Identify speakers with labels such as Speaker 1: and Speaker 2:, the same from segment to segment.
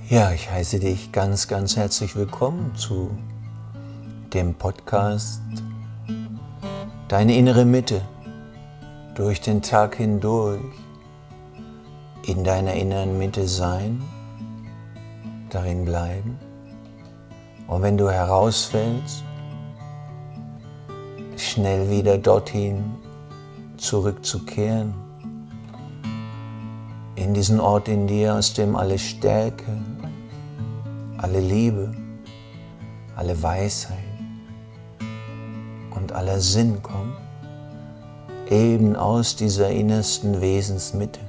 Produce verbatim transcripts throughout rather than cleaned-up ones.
Speaker 1: Ja, ich heiße dich ganz, ganz herzlich willkommen zu dem Podcast Deine innere Mitte, durch den Tag hindurch, in deiner inneren Mitte sein, darin bleiben. Und wenn du herausfällst, schnell wieder dorthin zurückzukehren, in diesen Ort in dir, aus dem alle Stärke, alle Liebe, alle Weisheit und aller Sinn kommt, eben aus dieser innersten Wesensmitte.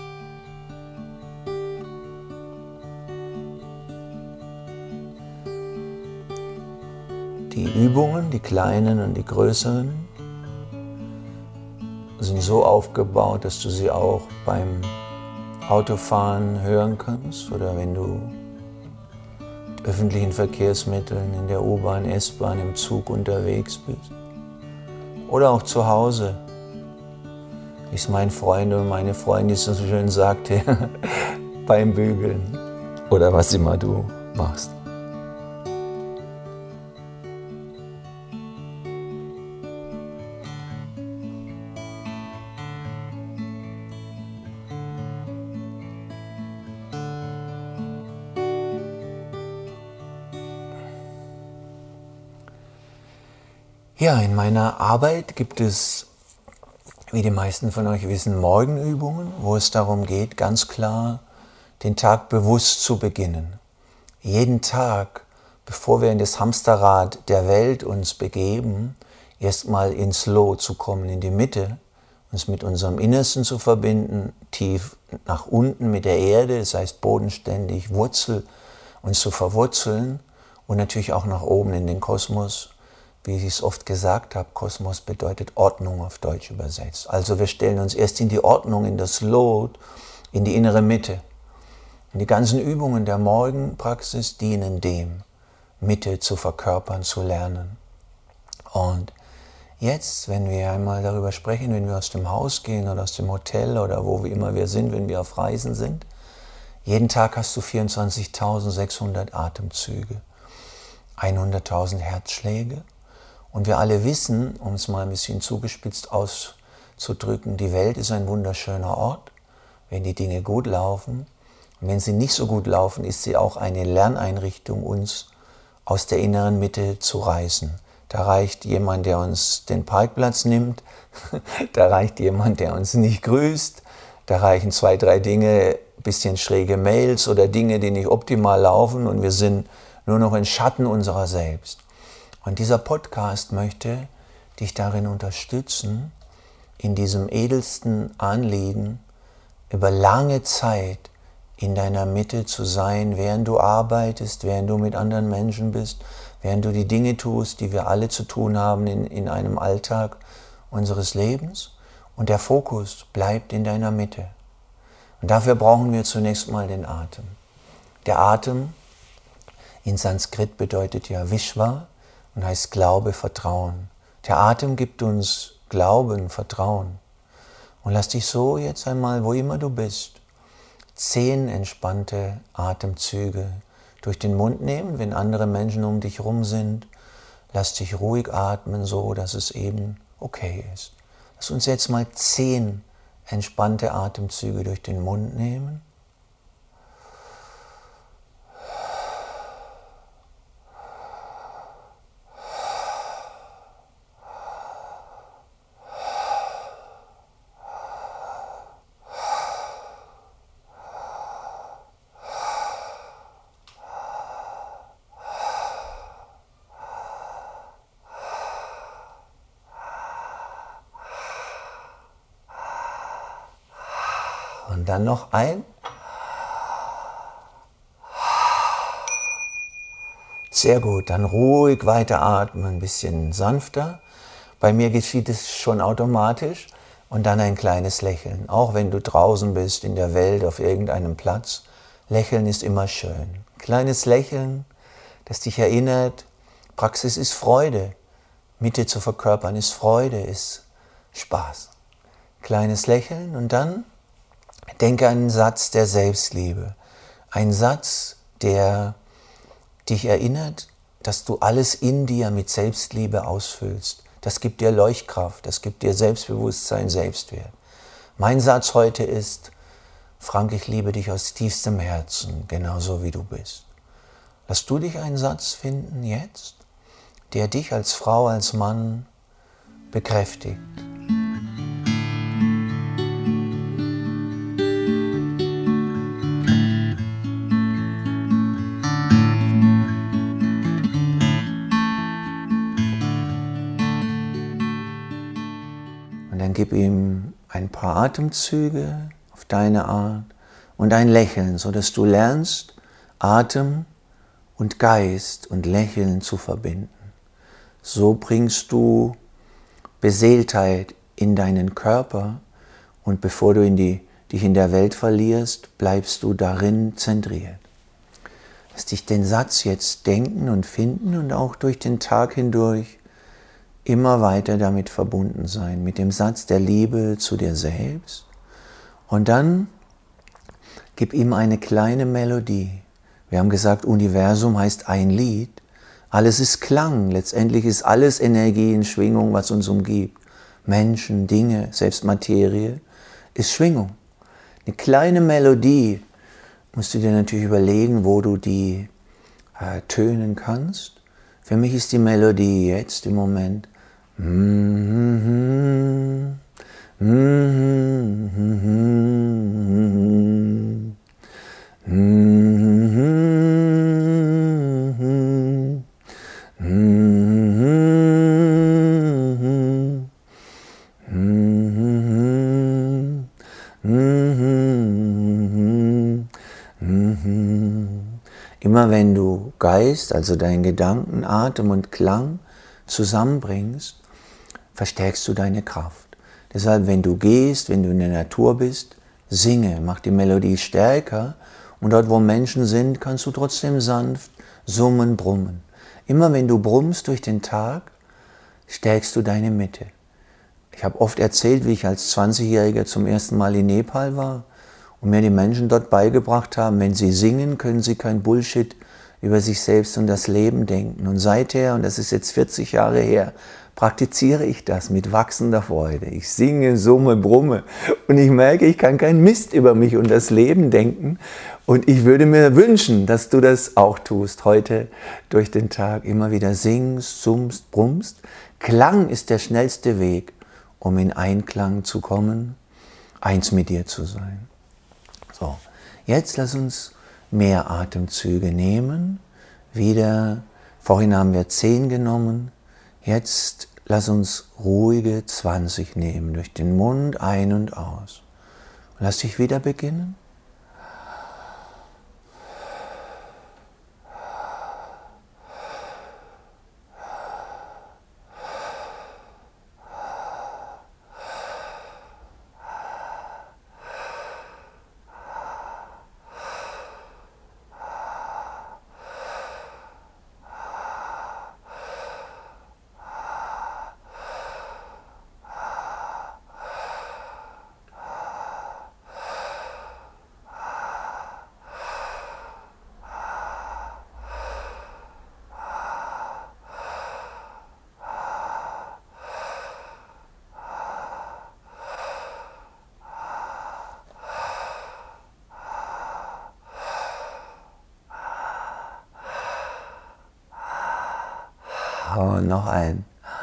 Speaker 1: Die Übungen, die kleinen und die größeren, sind so aufgebaut, dass du sie auch beim Autofahren hören kannst oder wenn du öffentlichen Verkehrsmitteln, in der U-Bahn, S-Bahn, im Zug unterwegs bist. Oder auch zu Hause, wie es mein Freund und meine Freundin so schön sagte, beim Bügeln oder was immer du machst. Ja, in meiner Arbeit gibt es, wie die meisten von euch wissen, Morgenübungen, wo es darum geht, ganz klar den Tag bewusst zu beginnen. Jeden Tag, bevor wir in das Hamsterrad der Welt uns begeben, erstmal ins Flow zu kommen, in die Mitte, uns mit unserem Innersten zu verbinden, tief nach unten mit der Erde, das heißt bodenständig, Wurzel, uns zu verwurzeln und natürlich auch nach oben in den Kosmos. Wie ich es oft gesagt habe, Kosmos bedeutet Ordnung auf Deutsch übersetzt. Also wir stellen uns erst in die Ordnung, in das Lot, in die innere Mitte. Und die ganzen Übungen der Morgenpraxis dienen dem, Mitte zu verkörpern, zu lernen. Und jetzt, wenn wir einmal darüber sprechen, wenn wir aus dem Haus gehen oder aus dem Hotel oder wo wie immer wir sind, wenn wir auf Reisen sind, jeden Tag hast du vierundzwanzigtausendsechshundert Atemzüge, hunderttausend Herzschläge. Und wir alle wissen, um es mal ein bisschen zugespitzt auszudrücken, die Welt ist ein wunderschöner Ort, wenn die Dinge gut laufen. Und wenn sie nicht so gut laufen, ist sie auch eine Lerneinrichtung, uns aus der inneren Mitte zu reißen. Da reicht jemand, der uns den Parkplatz nimmt, da reicht jemand, der uns nicht grüßt, da reichen zwei, drei Dinge, bisschen schräge Mails oder Dinge, die nicht optimal laufen und wir sind nur noch in Schatten unserer selbst. Und dieser Podcast möchte dich darin unterstützen, in diesem edelsten Anliegen über lange Zeit in deiner Mitte zu sein, während du arbeitest, während du mit anderen Menschen bist, während du die Dinge tust, die wir alle zu tun haben in, in einem Alltag unseres Lebens. Und der Fokus bleibt in deiner Mitte. Und dafür brauchen wir zunächst mal den Atem. Der Atem in Sanskrit bedeutet ja Vishwa, und heißt Glaube, Vertrauen. Der Atem gibt uns Glauben, Vertrauen. Und lass dich so jetzt einmal, wo immer du bist, zehn entspannte Atemzüge durch den Mund nehmen, wenn andere Menschen um dich rum sind. Lass dich ruhig atmen, so dass es eben okay ist. Lass uns jetzt mal zehn entspannte Atemzüge durch den Mund nehmen. Und dann noch ein. Sehr gut, dann ruhig weiter atmen, ein bisschen sanfter. Bei mir geschieht es schon automatisch. Und dann ein kleines Lächeln. Auch wenn du draußen bist, in der Welt, auf irgendeinem Platz. Lächeln ist immer schön. Kleines Lächeln, das dich erinnert, Praxis ist Freude. Mitte zu verkörpern ist Freude, ist Spaß. Kleines Lächeln und dann denke an einen Satz der Selbstliebe. Ein Satz, der dich erinnert, dass du alles in dir mit Selbstliebe ausfüllst. Das gibt dir Leuchtkraft, das gibt dir Selbstbewusstsein, Selbstwert. Mein Satz heute ist: Frank, ich liebe dich aus tiefstem Herzen, genauso wie du bist. Lass du dich einen Satz finden jetzt, der dich als Frau, als Mann bekräftigt. Und dann gib ihm ein paar Atemzüge auf deine Art und ein Lächeln, sodass du lernst, Atem und Geist und Lächeln zu verbinden. So bringst du Beseeltheit in deinen Körper und bevor du in die, dich in der Welt verlierst, bleibst du darin zentriert. Lass dich den Satz jetzt denken und finden und auch durch den Tag hindurch immer weiter damit verbunden sein, mit dem Satz der Liebe zu dir selbst. Und dann gib ihm eine kleine Melodie. Wir haben gesagt, Universum heißt ein Lied. Alles ist Klang. Letztendlich ist alles Energie in Schwingung, was uns umgibt. Menschen, Dinge, selbst Materie ist Schwingung. Eine kleine Melodie musst du dir natürlich überlegen, wo du die äh, tönen kannst. Für mich ist die Melodie jetzt im Moment mm-hmm, mm-hmm, mm-hmm, mm-hmm. Immer wenn du Geist, also deinen Gedanken, Atem und Klang zusammenbringst, verstärkst du deine Kraft. Deshalb, wenn du gehst, wenn du in der Natur bist, singe, mach die Melodie stärker und dort, wo Menschen sind, kannst du trotzdem sanft summen, brummen. Immer wenn du brummst durch den Tag, stärkst du deine Mitte. Ich habe oft erzählt, wie ich als zwanzigjähriger zum ersten Mal in Nepal war und mir die Menschen dort beigebracht haben, wenn sie singen, können sie kein Bullshit über sich selbst und das Leben denken. Und seither, und das ist jetzt vierzig Jahre her, praktiziere ich das mit wachsender Freude. Ich singe, summe, brumme und ich merke, ich kann keinen Mist über mich und das Leben denken. Und ich würde mir wünschen, dass du das auch tust, heute durch den Tag immer wieder singst, summst, brummst. Klang ist der schnellste Weg, um in Einklang zu kommen, eins mit dir zu sein. So, jetzt lass uns mehr Atemzüge nehmen. Wieder, vorhin haben wir zehn genommen. Jetzt lass uns ruhige zwanzig nehmen, durch den Mund ein und aus. Und lass dich wieder beginnen. Und noch ein.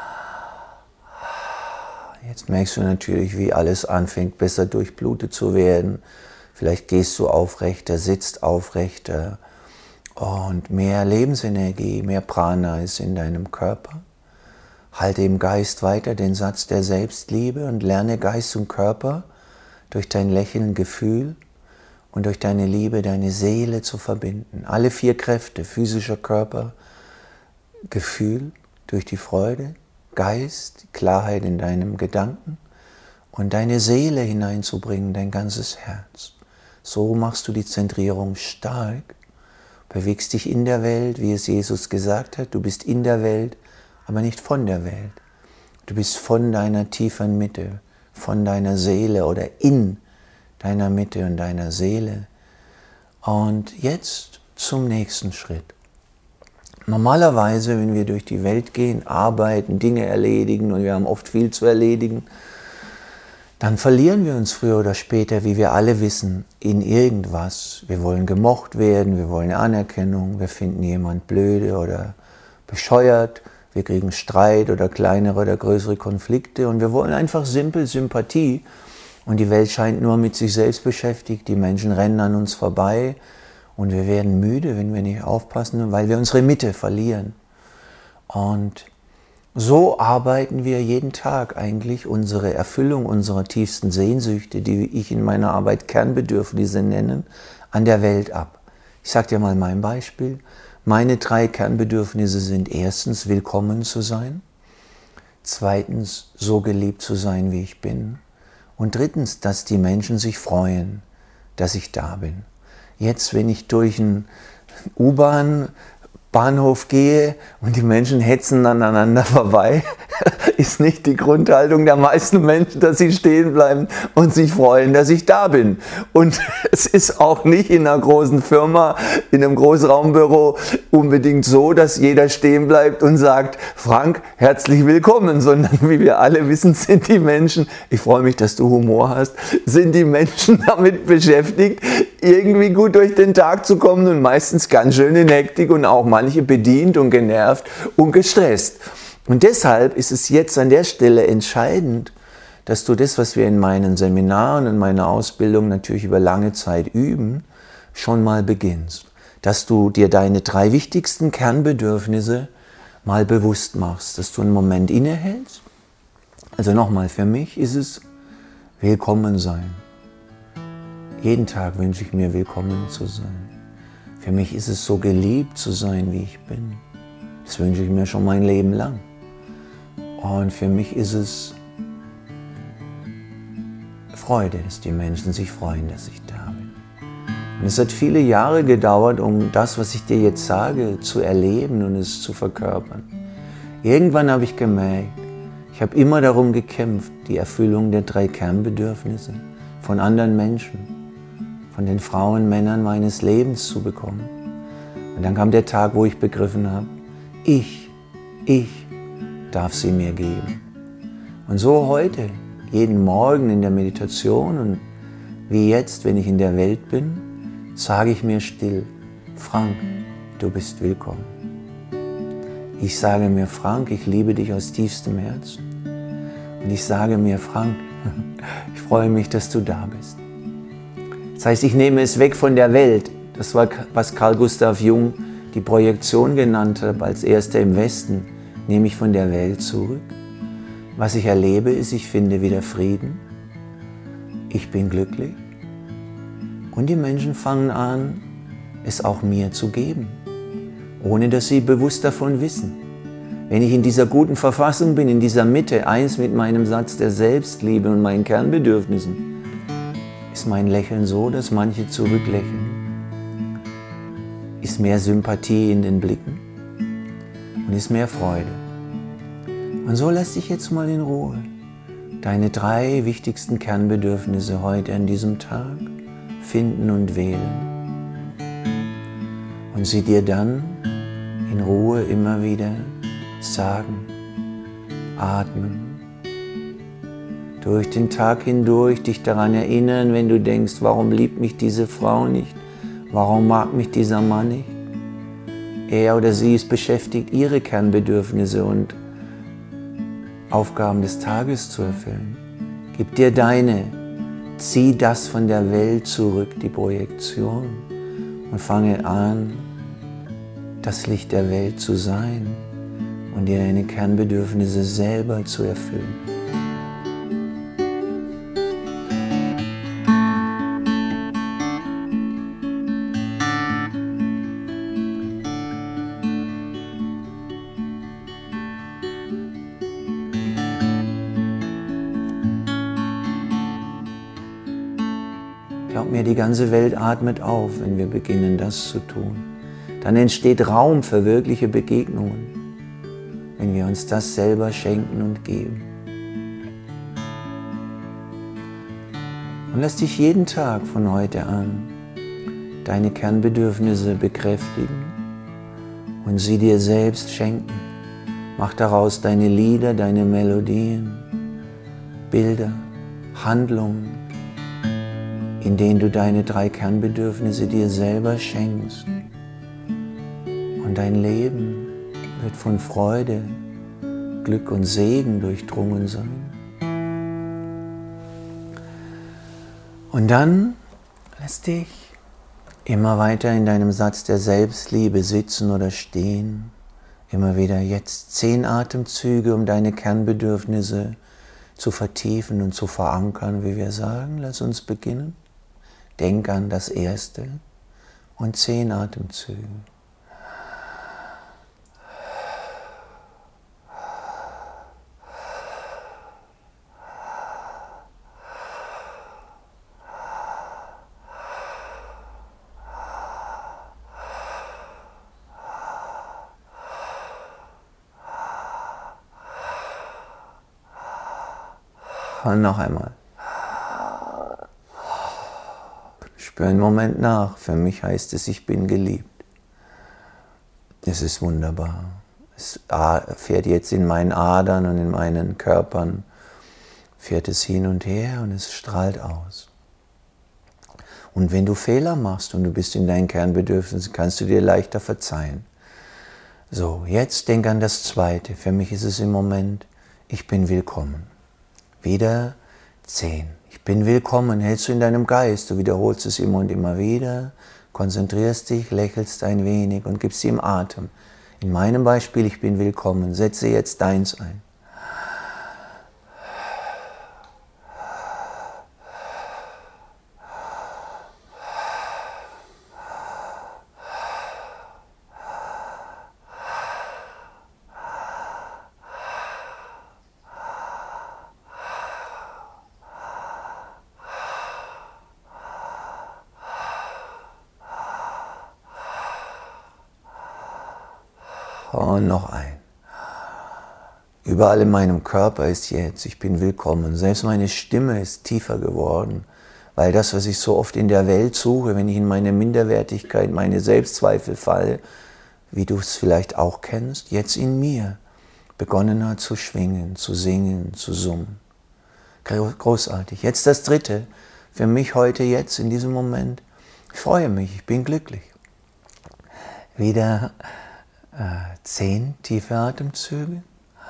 Speaker 1: Jetzt merkst du natürlich, wie alles anfängt, besser durchblutet zu werden. Vielleicht gehst du aufrechter, sitzt aufrechter und mehr Lebensenergie, mehr Prana ist in deinem Körper. Halte im Geist weiter den Satz der Selbstliebe und lerne Geist und Körper durch dein Lächeln, Gefühl und durch deine Liebe, deine Seele zu verbinden. Alle vier Kräfte, physischer Körper, Gefühl, durch die Freude, Geist, Klarheit in deinem Gedanken und deine Seele hineinzubringen, dein ganzes Herz. So machst du die Zentrierung stark, bewegst dich in der Welt, wie es Jesus gesagt hat. Du bist in der Welt, aber nicht von der Welt. Du bist von deiner tiefen Mitte, von deiner Seele oder in deiner Mitte und deiner Seele. Und jetzt zum nächsten Schritt. Normalerweise, wenn wir durch die Welt gehen, arbeiten, Dinge erledigen und wir haben oft viel zu erledigen, dann verlieren wir uns früher oder später, wie wir alle wissen, in irgendwas. Wir wollen gemocht werden, wir wollen Anerkennung, wir finden jemand blöde oder bescheuert, wir kriegen Streit oder kleinere oder größere Konflikte und wir wollen einfach simpel Sympathie. Und die Welt scheint nur mit sich selbst beschäftigt, die Menschen rennen an uns vorbei und wir werden müde, wenn wir nicht aufpassen, weil wir unsere Mitte verlieren. Und so arbeiten wir jeden Tag eigentlich unsere Erfüllung unserer tiefsten Sehnsüchte, die ich in meiner Arbeit Kernbedürfnisse nenne, an der Welt ab. Ich sage dir mal mein Beispiel. Meine drei Kernbedürfnisse sind erstens, willkommen zu sein, zweitens, so geliebt zu sein, wie ich bin und drittens, dass die Menschen sich freuen, dass ich da bin. Jetzt, wenn ich durch einen U-Bahn-Bahnhof gehe und die Menschen hetzen aneinander vorbei, ist nicht die Grundhaltung der meisten Menschen, dass sie stehen bleiben und sich freuen, dass ich da bin. Und es ist auch nicht in einer großen Firma, in einem Großraumbüro unbedingt so, dass jeder stehen bleibt und sagt, Frank, herzlich willkommen, sondern wie wir alle wissen, sind die Menschen, ich freue mich, dass du Humor hast, sind die Menschen damit beschäftigt, irgendwie gut durch den Tag zu kommen und meistens ganz schön in Hektik und auch manche bedient und genervt und gestresst. Und deshalb ist es jetzt an der Stelle entscheidend, dass du das, was wir in meinen Seminaren und meiner Ausbildung natürlich über lange Zeit üben, schon mal beginnst. Dass du dir deine drei wichtigsten Kernbedürfnisse mal bewusst machst, dass du einen Moment innehältst. Also nochmal, für mich ist es willkommen sein. Jeden Tag wünsche ich mir, willkommen zu sein. Für mich ist es so geliebt zu sein, wie ich bin. Das wünsche ich mir schon mein Leben lang. Und für mich ist es Freude, dass die Menschen sich freuen, dass ich da bin. Und es hat viele Jahre gedauert, um das, was ich dir jetzt sage, zu erleben und es zu verkörpern. Irgendwann habe ich gemerkt, ich habe immer darum gekämpft, die Erfüllung der drei Kernbedürfnisse von anderen Menschen, von den Frauen, Männern meines Lebens zu bekommen. Und dann kam der Tag, wo ich begriffen habe, ich, ich darf sie mir geben. Und so heute, jeden Morgen in der Meditation und wie jetzt, wenn ich in der Welt bin, sage ich mir still, Frank, du bist willkommen. Ich sage mir, Frank, ich liebe dich aus tiefstem Herzen. Und ich sage mir, Frank, ich freue mich, dass du da bist. Das heißt, ich nehme es weg von der Welt. Das war, was Carl Gustav Jung die Projektion genannt hat, als erster im Westen, nehme ich von der Welt zurück. Was ich erlebe, ist, ich finde wieder Frieden. Ich bin glücklich. Und die Menschen fangen an, es auch mir zu geben, ohne dass sie bewusst davon wissen. Wenn ich in dieser guten Verfassung bin, in dieser Mitte, eins mit meinem Satz der Selbstliebe und meinen Kernbedürfnissen, ist mein Lächeln so, dass manche zurücklächeln. Ist mehr Sympathie in den Blicken und ist mehr Freude. Und so lass dich jetzt mal in Ruhe deine drei wichtigsten Kernbedürfnisse heute an diesem Tag finden und wählen. Und sie dir dann in Ruhe immer wieder sagen, atmen. Durch den Tag hindurch dich daran erinnern, wenn du denkst, warum liebt mich diese Frau nicht? Warum mag mich dieser Mann nicht? Er oder sie ist beschäftigt, ihre Kernbedürfnisse und Aufgaben des Tages zu erfüllen. Gib dir deine, zieh das von der Welt zurück, die Projektion, und fange an, das Licht der Welt zu sein und dir deine Kernbedürfnisse selber zu erfüllen. Glaub mir, die ganze Welt atmet auf, wenn wir beginnen, das zu tun. Dann entsteht Raum für wirkliche Begegnungen, wenn wir uns das selber schenken und geben. Und lass dich jeden Tag von heute an deine Kernbedürfnisse bekräftigen und sie dir selbst schenken. Mach daraus deine Lieder, deine Melodien, Bilder, Handlungen, in denen du deine drei Kernbedürfnisse dir selber schenkst. Und dein Leben wird von Freude, Glück und Segen durchdrungen sein. Und dann lass dich immer weiter in deinem Satz der Selbstliebe sitzen oder stehen. Immer wieder jetzt zehn Atemzüge, um deine Kernbedürfnisse zu vertiefen und zu verankern, wie wir sagen. Lass uns beginnen. Denk an das Erste und zehn Atemzüge. Und noch einmal. Spür einen Moment nach. Für mich heißt es, ich bin geliebt. Es ist wunderbar. Es fährt jetzt in meinen Adern und in meinen Körpern, fährt es hin und her und es strahlt aus. Und wenn du Fehler machst und du bist in deinen Kernbedürfnissen, kannst du dir leichter verzeihen. So, jetzt denk an das Zweite. Für mich ist es im Moment, ich bin willkommen. Wieder zehn. Ich bin willkommen, hältst du in deinem Geist, du wiederholst es immer und immer wieder, konzentrierst dich, lächelst ein wenig und gibst sie im Atem. In meinem Beispiel, ich bin willkommen, setze jetzt deins ein. Und noch ein. Überall in meinem Körper ist jetzt, ich bin willkommen. Selbst meine Stimme ist tiefer geworden, weil das, was ich so oft in der Welt suche, wenn ich in meine Minderwertigkeit, meine Selbstzweifel falle, wie du es vielleicht auch kennst, jetzt in mir begonnen hat zu schwingen, zu singen, zu summen. Großartig. Jetzt das Dritte. Für mich heute, jetzt, in diesem Moment. Ich freue mich, ich bin glücklich. Wieder Äh, zehn tiefe Atemzüge.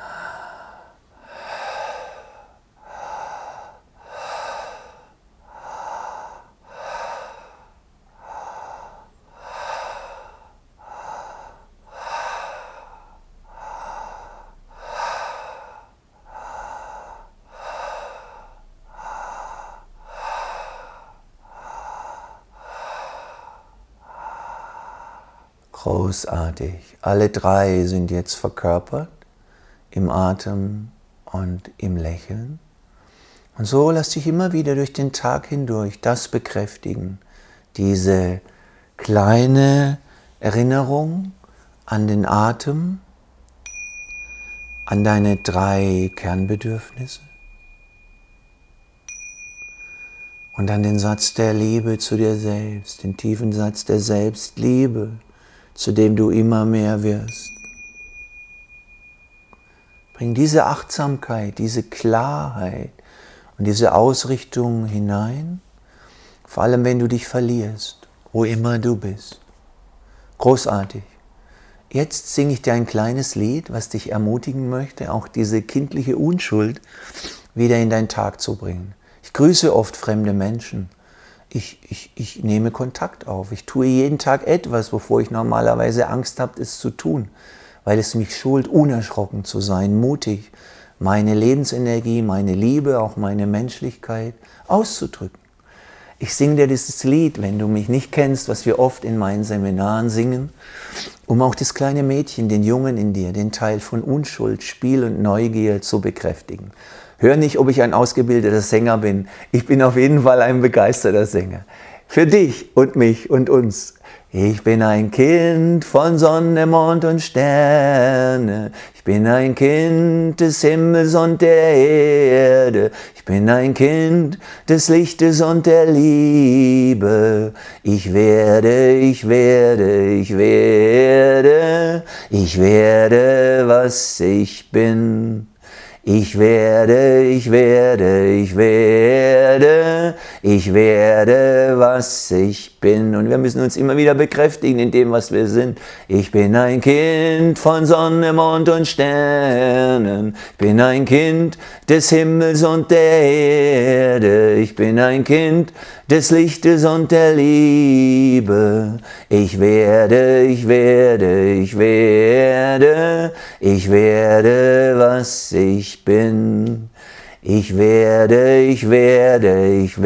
Speaker 1: Großartig. Alle drei sind jetzt verkörpert im Atem und im Lächeln. Und so lass dich immer wieder durch den Tag hindurch das bekräftigen, diese kleine Erinnerung an den Atem, an deine drei Kernbedürfnisse und an den Satz der Liebe zu dir selbst, den tiefen Satz der Selbstliebe, zu dem du immer mehr wirst. Bring diese Achtsamkeit, diese Klarheit und diese Ausrichtung hinein, vor allem wenn du dich verlierst, wo immer du bist. Großartig. Jetzt singe ich dir ein kleines Lied, was dich ermutigen möchte, auch diese kindliche Unschuld wieder in deinen Tag zu bringen. Ich grüße oft fremde Menschen. Ich, ich, ich nehme Kontakt auf. Ich tue jeden Tag etwas, wovor ich normalerweise Angst habe, es zu tun, weil es mich schult, unerschrocken zu sein, mutig, meine Lebensenergie, meine Liebe, auch meine Menschlichkeit auszudrücken. Ich singe dir dieses Lied, wenn du mich nicht kennst, was wir oft in meinen Seminaren singen, um auch das kleine Mädchen, den Jungen in dir, den Teil von Unschuld, Spiel und Neugier zu bekräftigen. Hör nicht, ob ich ein ausgebildeter Sänger bin. Ich bin auf jeden Fall ein begeisterter Sänger. für dich und mich und uns. Ich bin ein Kind von Sonne, Mond und Sterne. Ich bin ein Kind des Himmels und der Erde. Ich bin ein Kind des Lichtes und der Liebe. Ich werde, ich werde, ich werde, ich werde, was ich bin. Ich werde, ich werde, ich werde, ich werde, was ich bin. Und wir müssen uns immer wieder bekräftigen in dem, was wir sind. Ich bin ein Kind von Sonne, Mond und Sternen. Ich bin ein Kind des Himmels und der Erde. Ich bin ein Kind des Lichtes und der Liebe. Ich werde, ich werde, ich werde, ich werde, was ich bin. Ich werde, ich werde, ich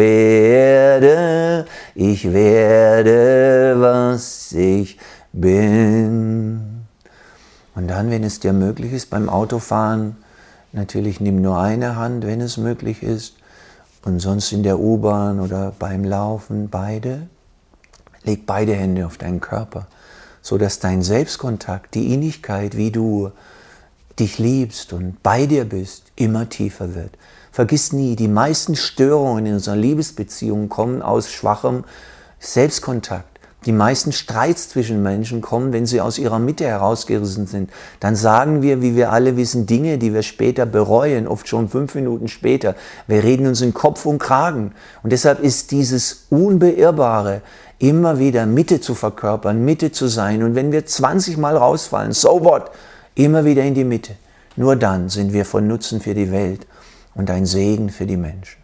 Speaker 1: werde, ich werde, was ich bin. Und dann, wenn es dir möglich ist, beim Autofahren, natürlich nimm nur eine Hand, wenn es möglich ist, und sonst in der U-Bahn oder beim Laufen beide. Leg beide Hände auf deinen Körper, sodass dein Selbstkontakt, die Innigkeit, wie du dich liebst und bei dir bist, immer tiefer wird. Vergiss nie, die meisten Störungen in unserer Liebesbeziehung kommen aus schwachem Selbstkontakt. Die meisten Streits zwischen Menschen kommen, wenn sie aus ihrer Mitte herausgerissen sind. Dann sagen wir, wie wir alle wissen, Dinge, die wir später bereuen, oft schon fünf Minuten später. Wir reden uns in Kopf und Kragen. Und deshalb ist dieses Unbeirrbare, immer wieder Mitte zu verkörpern, Mitte zu sein. Und wenn wir zwanzig Mal rausfallen, so what? Immer wieder in die Mitte. Nur dann sind wir von Nutzen für die Welt und ein Segen für die Menschen.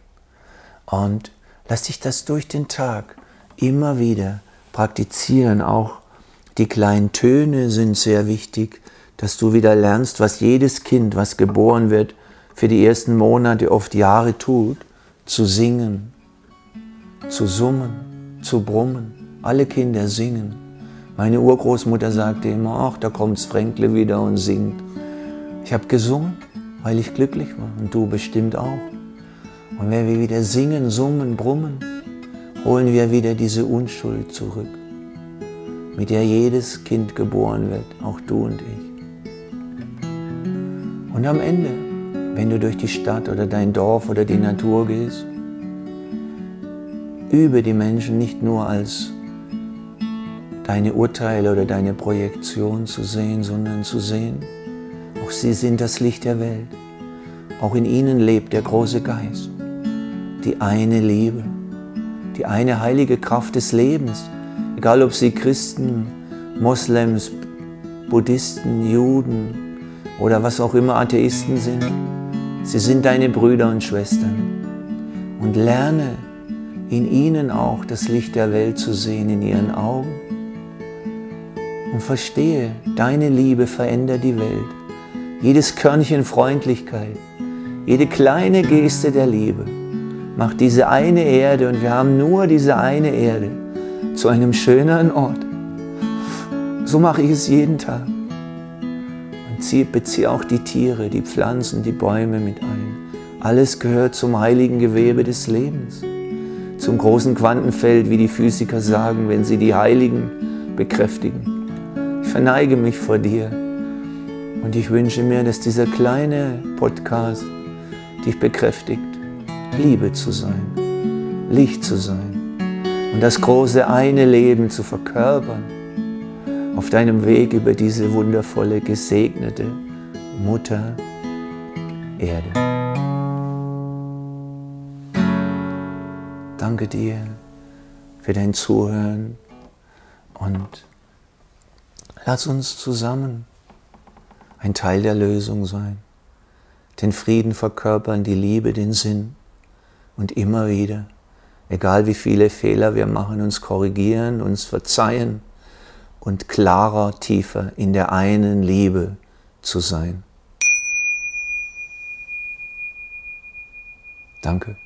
Speaker 1: Und lass dich das durch den Tag immer wieder praktizieren. Auch die kleinen Töne sind sehr wichtig, dass du wieder lernst, was jedes Kind, was geboren wird, für die ersten Monate, oft Jahre tut, zu singen, zu summen, zu brummen. Alle Kinder singen. Meine Urgroßmutter sagte immer, ach, da kommt's Fränkle wieder und singt. Ich habe gesungen, weil ich glücklich war und du bestimmt auch. Und wenn wir wieder singen, summen, brummen, holen wir wieder diese Unschuld zurück, mit der jedes Kind geboren wird, auch du und ich. Und am Ende, wenn du durch die Stadt oder dein Dorf oder die Natur gehst, übe die Menschen nicht nur als deine Urteile oder deine Projektion zu sehen, sondern zu sehen, auch sie sind das Licht der Welt. Auch in ihnen lebt der große Geist, die eine Liebe, die eine heilige Kraft des Lebens. Egal ob sie Christen, Moslems, Buddhisten, Juden oder was auch immer Atheisten sind, sie sind deine Brüder und Schwestern. Und lerne in ihnen auch das Licht der Welt zu sehen, in ihren Augen. Und verstehe, deine Liebe verändert die Welt. Jedes Körnchen Freundlichkeit, jede kleine Geste der Liebe macht diese eine Erde, und wir haben nur diese eine Erde, zu einem schöneren Ort. So mache ich es jeden Tag. Und beziehe auch die Tiere, die Pflanzen, die Bäume mit ein. Alles gehört zum heiligen Gewebe des Lebens, zum großen Quantenfeld, wie die Physiker sagen, wenn sie die Heiligen bekräftigen. Ich verneige mich vor dir und ich wünsche mir, dass dieser kleine Podcast dich bekräftigt, Liebe zu sein, Licht zu sein und das große eine Leben zu verkörpern auf deinem Weg über diese wundervolle, gesegnete Mutter Erde. Danke dir für dein Zuhören und lass uns zusammen ein Teil der Lösung sein, den Frieden verkörpern, die Liebe, den Sinn und immer wieder, egal wie viele Fehler wir machen, uns korrigieren, uns verzeihen und klarer, tiefer in der einen Liebe zu sein. Danke.